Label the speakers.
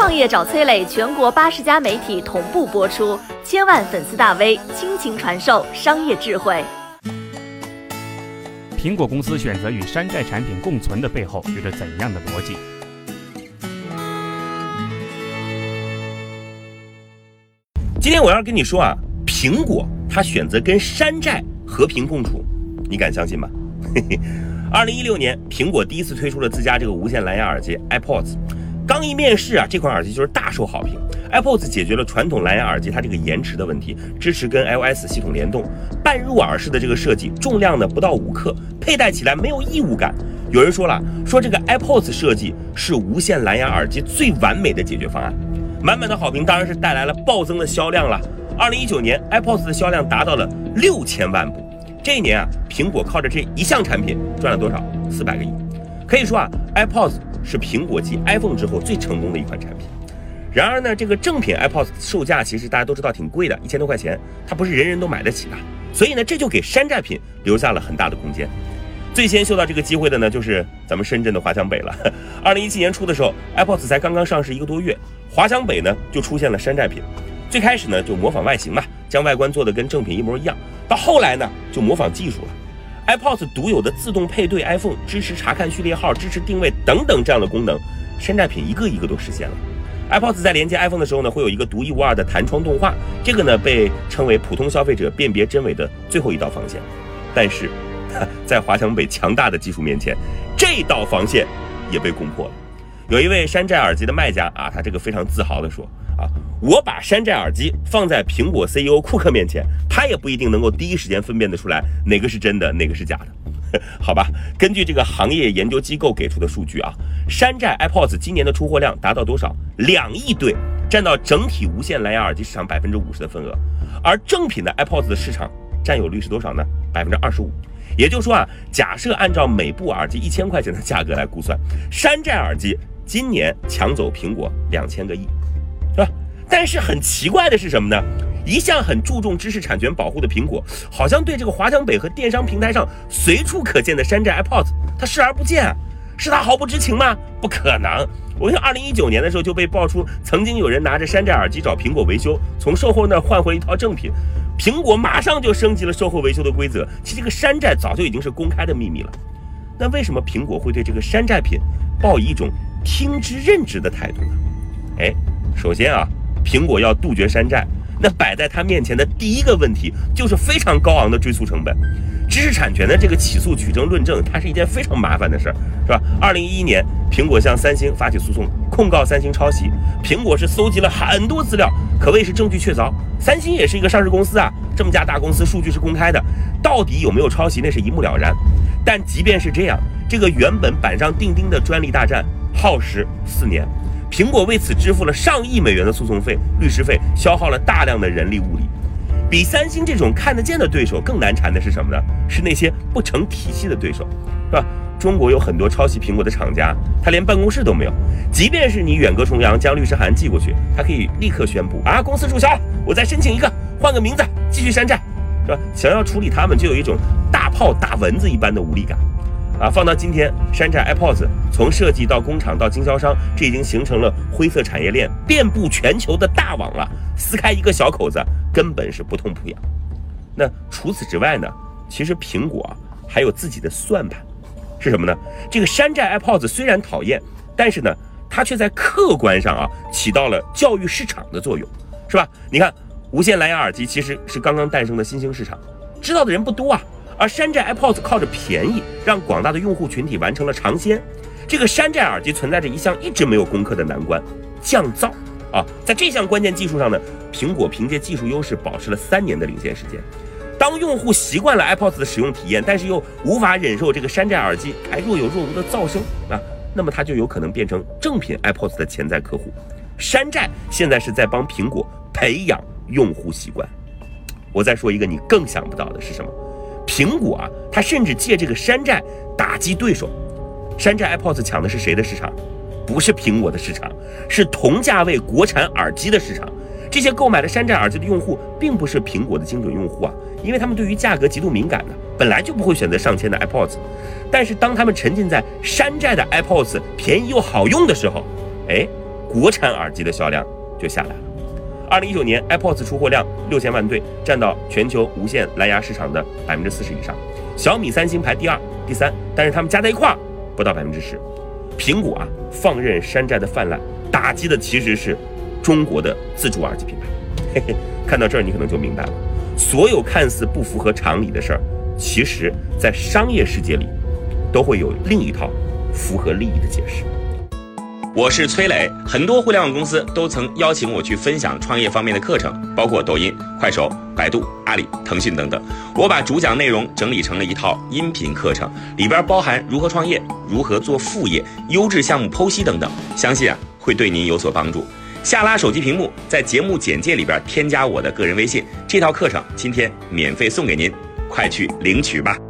Speaker 1: 创业找崔磊，全国80家媒体同步播出，千万粉丝大 V 倾情传授商业智慧。
Speaker 2: 苹果公司选择与山寨产品共存的背后有着怎样的逻辑？
Speaker 3: 今天我要跟你说啊，苹果它选择跟山寨和平共处，你敢相信吗？2016年，苹果第一次推出了自家这个无线蓝牙耳机 AirPods， 刚一面世啊，这款耳机就是大受好评。AirPods 解决了传统蓝牙耳机它这个延迟的问题，支持跟 iOS 系统联动，半入耳式的这个设计，重量呢不到5克，佩戴起来没有异物感。有人说了，说这个 AirPods 设计是无线蓝牙耳机最完美的解决方案。满满的好评当然是带来了暴增的销量了。2019年 AirPods 的销量达到了6000万部。这一年啊，苹果靠着这一项产品赚了多少？400个亿。可以说啊 ，AirPods 是苹果继 iPhone 之后最成功的一款产品。然而呢，这个正品 AirPods 售价其实大家都知道挺贵的，1000多块钱，它不是人人都买得起的。所以呢，这就给山寨品留下了很大的空间。最先嗅到这个机会的呢，就是咱们深圳的华强北了。2017年初的时候 ，AirPods 才刚刚上市1个多月，华强北呢就出现了山寨品。最开始呢就模仿外形嘛，将外观做得跟正品一模一样。到后来呢就模仿技术了。AirPods 独有的自动配对 iPhone， 支持查看序列号、支持定位等等这样的功能，山寨品一个一个都实现了。AirPods 在连接 iPhone 的时候呢，会有一个独一无二的弹窗动画，这个呢被称为普通消费者辨别真伪的最后一道防线。但是在华强北强大的技术面前，这道防线也被攻破了。有一位山寨耳机的卖家啊，他这个非常自豪地说啊，我把山寨耳机放在苹果 CEO 库克面前，他也不一定能够第一时间分辨得出来哪个是真的，哪个是假的。好吧，根据这个行业研究机构给出的数据啊，山寨 AirPods 今年的出货量达到多少？2亿对，占到整体无线蓝牙耳机市场50%的份额。而正品的 AirPods 的市场占有率是多少呢？25%。也就是说啊，假设按照每部耳机1000块钱的价格来估算，山寨耳机今年抢走苹果2000个亿，是吧？但是很奇怪的是什么呢？一向很注重知识产权保护的苹果，好像对这个华强北和电商平台上随处可见的山寨 AirPods， 它视而不见啊。是他毫不知情吗？不可能。我看2019年的时候就被爆出，曾经有人拿着山寨耳机找苹果维修，从售后那儿换回一套正品，苹果马上就升级了售后维修的规则。其实这个山寨早就已经是公开的秘密了。那为什么苹果会对这个山寨品抱以一种听之任之的态度呢？首先啊，苹果要杜绝山寨，那摆在他面前的第一个问题就是非常高昂的追诉成本。知识产权的这个起诉、取证、论证，它是一件非常麻烦的事儿，是吧？2011年，苹果向三星发起诉讼，控告三星抄袭。苹果是搜集了很多资料，可谓是证据确凿。三星也是一个上市公司啊，这么家大公司，数据是公开的，到底有没有抄袭，那是一目了然。但即便是这样，这个原本板上钉钉的专利大战耗时4年，苹果为此支付了上亿美元的诉讼费、律师费，消耗了大量的人力物力。比三星这种看得见的对手更难缠的是什么呢？是那些不成体系的对手，是吧？中国有很多抄袭苹果的厂家，他连办公室都没有，即便是你远隔重洋将律师函寄过去，他可以立刻宣布啊，公司注销了，我再申请一个，换个名字，继续山寨，是吧？想要处理他们，就有一种大炮打蚊子一般的无力感。放到今天，山寨 AirPods 从设计到工厂到经销商，这已经形成了灰色产业链，遍布全球的大网了。撕开一个小口子，根本是不痛不痒。那除此之外呢？其实苹果还有自己的算盘，是什么呢？这个山寨 AirPods 虽然讨厌，但是呢，它却在客观上起到了教育市场的作用，是吧？你看，无线蓝牙耳机其实是刚刚诞生的新兴市场，知道的人不多啊。而山寨 AirPods 靠着便宜，让广大的用户群体完成了尝鲜。这个山寨耳机存在着一项一直没有攻克的难关——降噪在这项关键技术上呢，苹果凭借技术优势保持了3年的领先时间。当用户习惯了 AirPods 的使用体验，但是又无法忍受这个山寨耳机还若有若无的噪声那么它就有可能变成正品 AirPods 的潜在客户。山寨现在是在帮苹果培养用户习惯。我再说一个你更想不到的是什么？苹果它甚至借这个山寨打击对手。山寨 AirPods 抢的是谁的市场？不是苹果的市场，是同价位国产耳机的市场。这些购买的山寨耳机的用户并不是苹果的精准用户因为他们对于价格极度敏感本来就不会选择上千的 AirPods。但是当他们沉浸在山寨的 AirPods 便宜又好用的时候， 国产耳机的销量就下来了。2019年 AirPods 出货量6000万对，占到全球无线蓝牙市场的40%以上。小米、三星排第2、第3，但是他们加在一块儿不到10%。苹果啊，放任山寨的泛滥，打击的其实是中国的自主耳机品牌。嘿嘿，看到这儿你可能就明白了，所有看似不符合常理的事儿，其实在商业世界里都会有另一套符合利益的解释。
Speaker 4: 我是崔磊，很多互联网公司都曾邀请我去分享创业方面的课程，包括抖音、快手、百度、阿里、腾讯等等。我把主讲内容整理成了一套音频课程，里边包含如何创业、如何做副业、优质项目剖析等等，相信会对您有所帮助。下拉手机屏幕，在节目简介里边添加我的个人微信，这套课程今天免费送给您，快去领取吧。